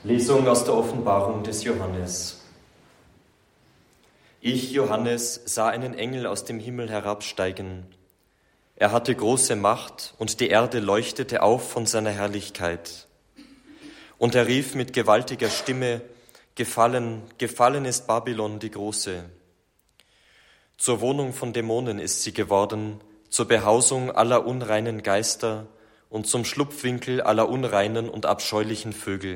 Lesung aus der Offenbarung des Johannes. Ich, Johannes, sah einen Engel aus dem Himmel herabsteigen. Er hatte große Macht und die Erde leuchtete auf von seiner Herrlichkeit. Und er rief mit gewaltiger Stimme: Gefallen, gefallen ist Babylon die Große. Zur Wohnung von Dämonen ist sie geworden, zur Behausung aller unreinen Geister und zum Schlupfwinkel aller unreinen und abscheulichen Vögel.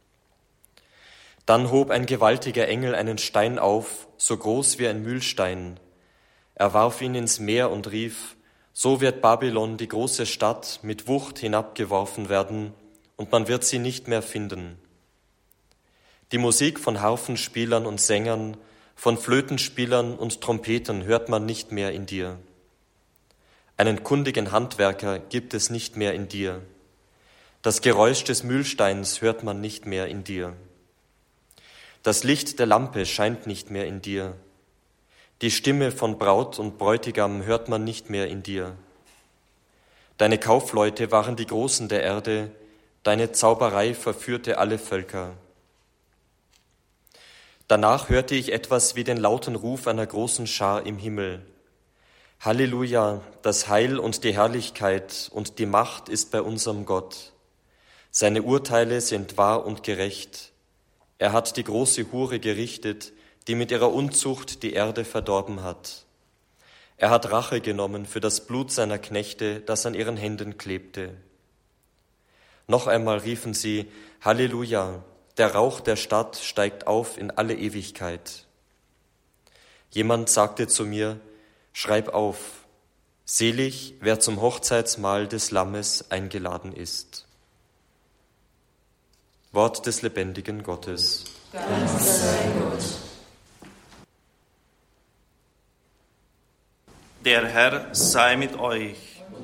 Dann hob ein gewaltiger Engel einen Stein auf, so groß wie ein Mühlstein. Er warf ihn ins Meer und rief: So wird Babylon, die große Stadt, mit Wucht hinabgeworfen werden, und man wird sie nicht mehr finden. Die Musik von Harfenspielern und Sängern, von Flötenspielern und Trompetern hört man nicht mehr in dir. Einen kundigen Handwerker gibt es nicht mehr in dir. Das Geräusch des Mühlsteins hört man nicht mehr in dir. Das Licht der Lampe scheint nicht mehr in dir. Die Stimme von Braut und Bräutigam hört man nicht mehr in dir. Deine Kaufleute waren die Großen der Erde, deine Zauberei verführte alle Völker. Danach hörte ich etwas wie den lauten Ruf einer großen Schar im Himmel. Halleluja, das Heil und die Herrlichkeit und die Macht ist bei unserem Gott. Seine Urteile sind wahr und gerecht. Er hat die große Hure gerichtet, die mit ihrer Unzucht die Erde verdorben hat. Er hat Rache genommen für das Blut seiner Knechte, das an ihren Händen klebte. Noch einmal riefen sie: Halleluja, der Rauch der Stadt steigt auf in alle Ewigkeit. Jemand sagte zu mir: Schreib auf, selig, wer zum Hochzeitsmahl des Lammes eingeladen ist. Wort des lebendigen Gottes. Dank sei Gott. Der Herr sei mit euch.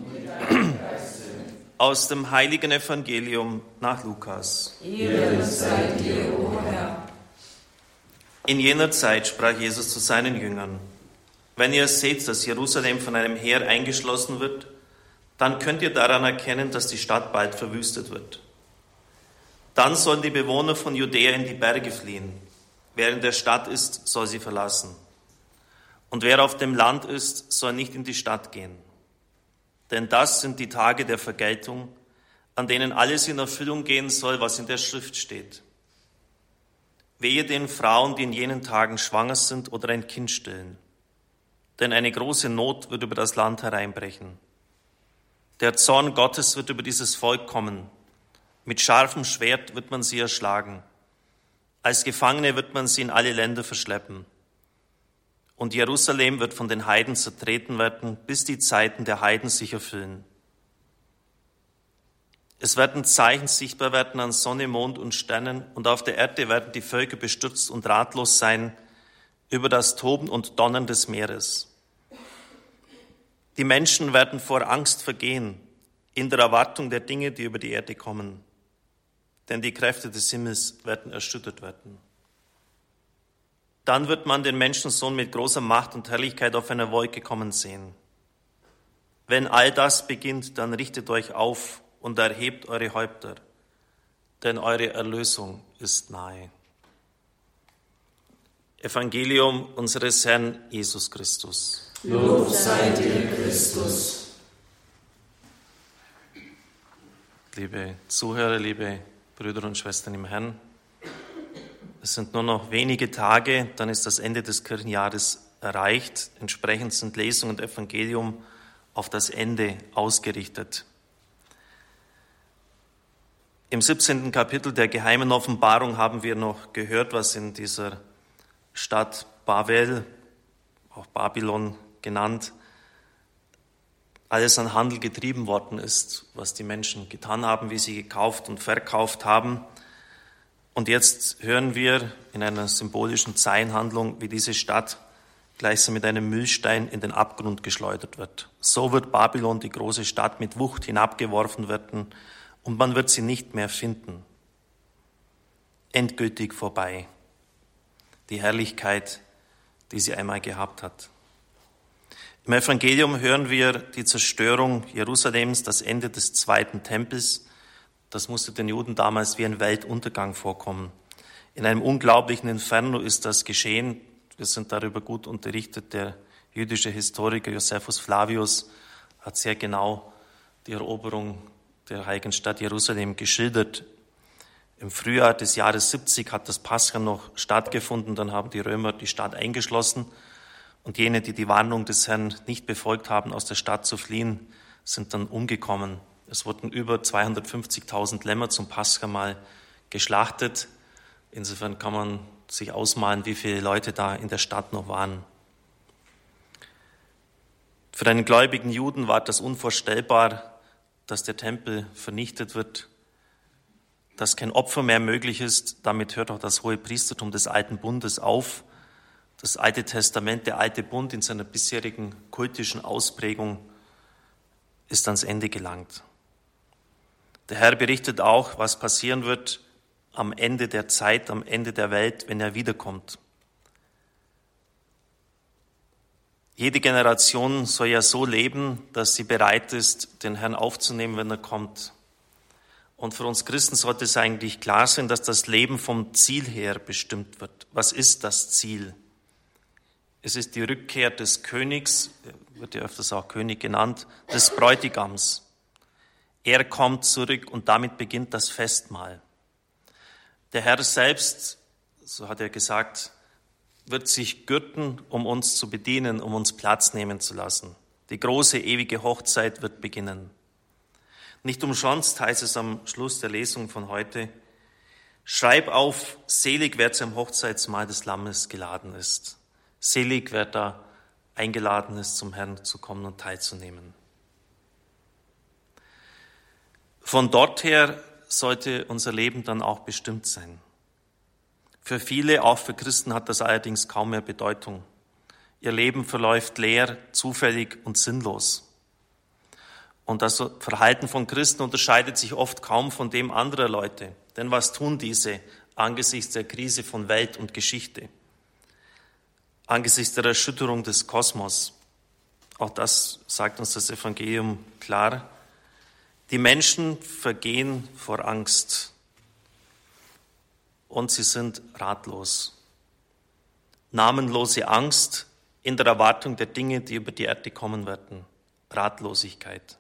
Aus dem heiligen Evangelium nach Lukas. Ehre sei dir, o Herr. In jener Zeit sprach Jesus zu seinen Jüngern: Wenn ihr seht, dass Jerusalem von einem Heer eingeschlossen wird, dann könnt ihr daran erkennen, dass die Stadt bald verwüstet wird. Dann sollen die Bewohner von Judäa in die Berge fliehen. Wer in der Stadt ist, soll sie verlassen. Und wer auf dem Land ist, soll nicht in die Stadt gehen. Denn das sind die Tage der Vergeltung, an denen alles in Erfüllung gehen soll, was in der Schrift steht. Wehe den Frauen, die in jenen Tagen schwanger sind oder ein Kind stillen. Denn eine große Not wird über das Land hereinbrechen. Der Zorn Gottes wird über dieses Volk kommen. Mit scharfem Schwert wird man sie erschlagen. Als Gefangene wird man sie in alle Länder verschleppen. Und Jerusalem wird von den Heiden zertreten werden, bis die Zeiten der Heiden sich erfüllen. Es werden Zeichen sichtbar werden an Sonne, Mond und Sternen, und auf der Erde werden die Völker bestürzt und ratlos sein über das Toben und Donnern des Meeres. Die Menschen werden vor Angst vergehen, in der Erwartung der Dinge, die über die Erde kommen. Denn die Kräfte des Himmels werden erschüttert werden. Dann wird man den Menschensohn mit großer Macht und Herrlichkeit auf einer Wolke kommen sehen. Wenn all das beginnt, dann richtet euch auf und erhebt eure Häupter, denn eure Erlösung ist nahe. Evangelium unseres Herrn Jesus Christus. Lob sei dir, Christus. Liebe Zuhörer, liebe Brüder und Schwestern im Herrn, es sind nur noch wenige Tage, dann ist das Ende des Kirchenjahres erreicht. Entsprechend sind Lesung und Evangelium auf das Ende ausgerichtet. Im 17. Kapitel der geheimen Offenbarung haben wir noch gehört, was in dieser Stadt Babel, auch Babylon genannt, alles an Handel getrieben worden ist, was die Menschen getan haben, wie sie gekauft und verkauft haben. Und jetzt hören wir in einer symbolischen Zeienhandlung, wie diese Stadt gleichsam mit einem Mühlstein in den Abgrund geschleudert wird. So wird Babylon, die große Stadt, mit Wucht hinabgeworfen werden und man wird sie nicht mehr finden. Endgültig vorbei. Die Herrlichkeit, die sie einmal gehabt hat. Im Evangelium hören wir die Zerstörung Jerusalems, das Ende des zweiten Tempels, Das musste den Juden damals wie ein Weltuntergang vorkommen. In einem unglaublichen Inferno ist das geschehen. Wir sind darüber gut unterrichtet. Der jüdische Historiker Josephus Flavius hat sehr genau die Eroberung der heiligen Stadt Jerusalem geschildert. Im Frühjahr des Jahres 70 hat das Pascha noch stattgefunden. Dann haben die Römer die Stadt eingeschlossen. Und jene, die die Warnung des Herrn nicht befolgt haben, aus der Stadt zu fliehen, sind dann umgekommen. Es wurden über 250.000 Lämmer zum Paschamal geschlachtet. Insofern kann man sich ausmalen, wie viele Leute da in der Stadt noch waren. Für einen gläubigen Juden war das unvorstellbar, dass der Tempel vernichtet wird, dass kein Opfer mehr möglich ist. Damit hört auch das hohe Priestertum des Alten Bundes auf. Das Alte Testament, der Alte Bund in seiner bisherigen kultischen Ausprägung ist ans Ende gelangt. Der Herr berichtet auch, was passieren wird am Ende der Zeit, am Ende der Welt, wenn er wiederkommt. Jede Generation soll ja so leben, dass sie bereit ist, den Herrn aufzunehmen, wenn er kommt. Und für uns Christen sollte es eigentlich klar sein, dass das Leben vom Ziel her bestimmt wird. Was ist das Ziel? Es ist die Rückkehr des Königs, wird ja öfters auch König genannt, des Bräutigams. Er kommt zurück und damit beginnt das Festmahl. Der Herr selbst, so hat er gesagt, wird sich gürten, um uns zu bedienen, um uns Platz nehmen zu lassen. Die große ewige Hochzeit wird beginnen. Nicht umsonst heißt es am Schluss der Lesung von heute: Schreib auf, selig wer zum Hochzeitsmahl des Lammes geladen ist. Selig wer da eingeladen ist, zum Herrn zu kommen und teilzunehmen. Von dort her sollte unser Leben dann auch bestimmt sein. Für viele, auch für Christen, hat das allerdings kaum mehr Bedeutung. Ihr Leben verläuft leer, zufällig und sinnlos. Und das Verhalten von Christen unterscheidet sich oft kaum von dem anderer Leute. Denn was tun diese angesichts der Krise von Welt und Geschichte? Angesichts der Erschütterung des Kosmos? Auch das sagt uns das Evangelium klar. Die Menschen vergehen vor Angst und sie sind ratlos. Namenlose Angst in der Erwartung der Dinge, die über die Erde kommen werden. Ratlosigkeit.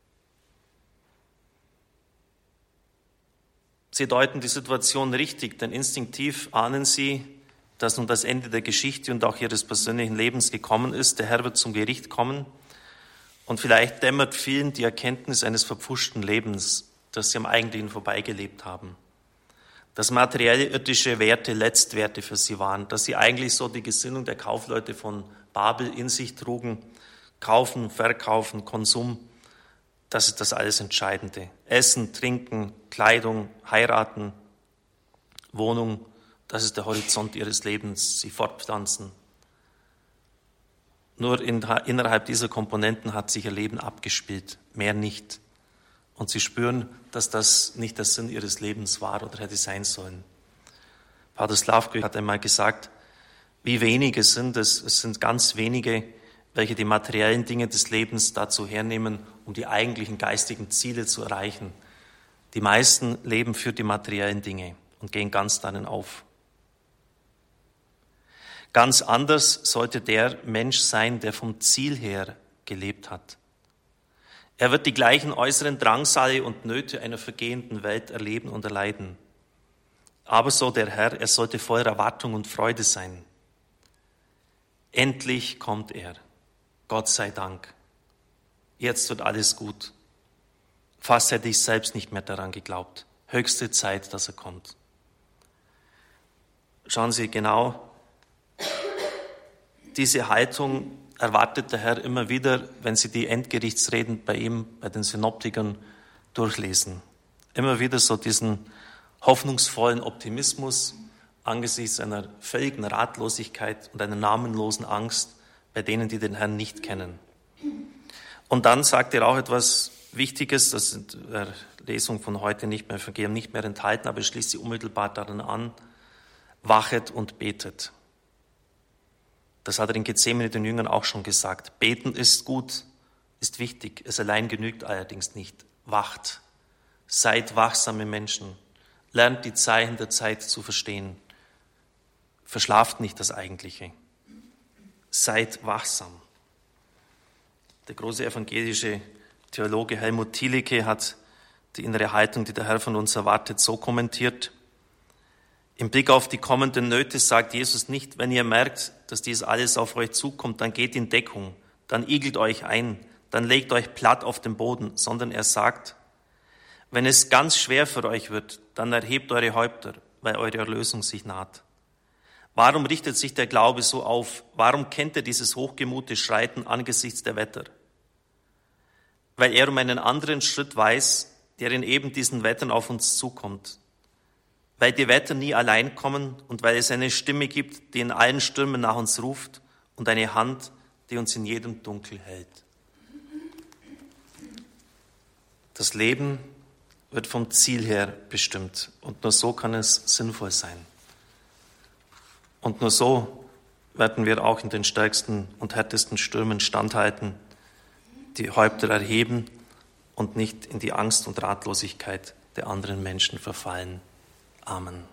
Sie deuten die Situation richtig, denn instinktiv ahnen sie, dass nun das Ende der Geschichte und auch ihres persönlichen Lebens gekommen ist. Der Herr wird zum Gericht kommen. Und vielleicht dämmert vielen die Erkenntnis eines verpfuschten Lebens, das sie am Eigentlichen vorbeigelebt haben. Dass materielle irdische Werte Letztwerte für sie waren, dass sie eigentlich so die Gesinnung der Kaufleute von Babel in sich trugen. Kaufen, verkaufen, Konsum, das ist das alles Entscheidende. Essen, Trinken, Kleidung, heiraten, Wohnung, das ist der Horizont ihres Lebens, sie fortpflanzen. Nur innerhalb dieser Komponenten hat sich ihr Leben abgespielt, mehr nicht. Und sie spüren, dass das nicht der Sinn ihres Lebens war oder hätte sein sollen. Pater Slavko hat einmal gesagt, wie wenige sind es? Es sind ganz wenige, welche die materiellen Dinge des Lebens dazu hernehmen, um die eigentlichen geistigen Ziele zu erreichen. Die meisten leben für die materiellen Dinge und gehen ganz darin auf. Ganz anders sollte der Mensch sein, der vom Ziel her gelebt hat. Er wird die gleichen äußeren Drangsale und Nöte einer vergehenden Welt erleben und erleiden. Aber so der Herr, er sollte voller Erwartung und Freude sein. Endlich kommt er. Gott sei Dank. Jetzt wird alles gut. Fast hätte ich selbst nicht mehr daran geglaubt. Höchste Zeit, dass er kommt. Schauen Sie genau, diese Haltung erwartet der Herr immer wieder, wenn Sie die Endgerichtsreden bei ihm, bei den Synoptikern durchlesen. Immer wieder so diesen hoffnungsvollen Optimismus angesichts einer völligen Ratlosigkeit und einer namenlosen Angst bei denen, die den Herrn nicht kennen. Und dann sagt er auch etwas Wichtiges, das ist in der Lesung von heute nicht mehr enthalten, aber es schließt sie unmittelbar daran an: Wachet und betet. Das hat er in Gethsemane den Jüngern auch schon gesagt. Beten ist gut, ist wichtig. Es allein genügt allerdings nicht. Wacht. Seid wachsame Menschen. Lernt die Zeichen der Zeit zu verstehen. Verschlaft nicht das Eigentliche. Seid wachsam. Der große evangelische Theologe Helmut Thielicke hat die innere Haltung, die der Herr von uns erwartet, so kommentiert: Im Blick auf die kommenden Nöte sagt Jesus nicht, wenn ihr merkt, dass dies alles auf euch zukommt, dann geht in Deckung, dann igelt euch ein, dann legt euch platt auf den Boden, sondern er sagt, wenn es ganz schwer für euch wird, dann erhebt eure Häupter, weil eure Erlösung sich naht. Warum richtet sich der Glaube so auf? Warum kennt er dieses hochgemute Schreiten angesichts der Wetter? Weil er um einen anderen Schritt weiß, der in eben diesen Wettern auf uns zukommt. Weil die Wetter nie allein kommen und weil es eine Stimme gibt, die in allen Stürmen nach uns ruft und eine Hand, die uns in jedem Dunkel hält. Das Leben wird vom Ziel her bestimmt und nur so kann es sinnvoll sein. Und nur so werden wir auch in den stärksten und härtesten Stürmen standhalten, die Häupter erheben und nicht in die Angst und Ratlosigkeit der anderen Menschen verfallen. Amen.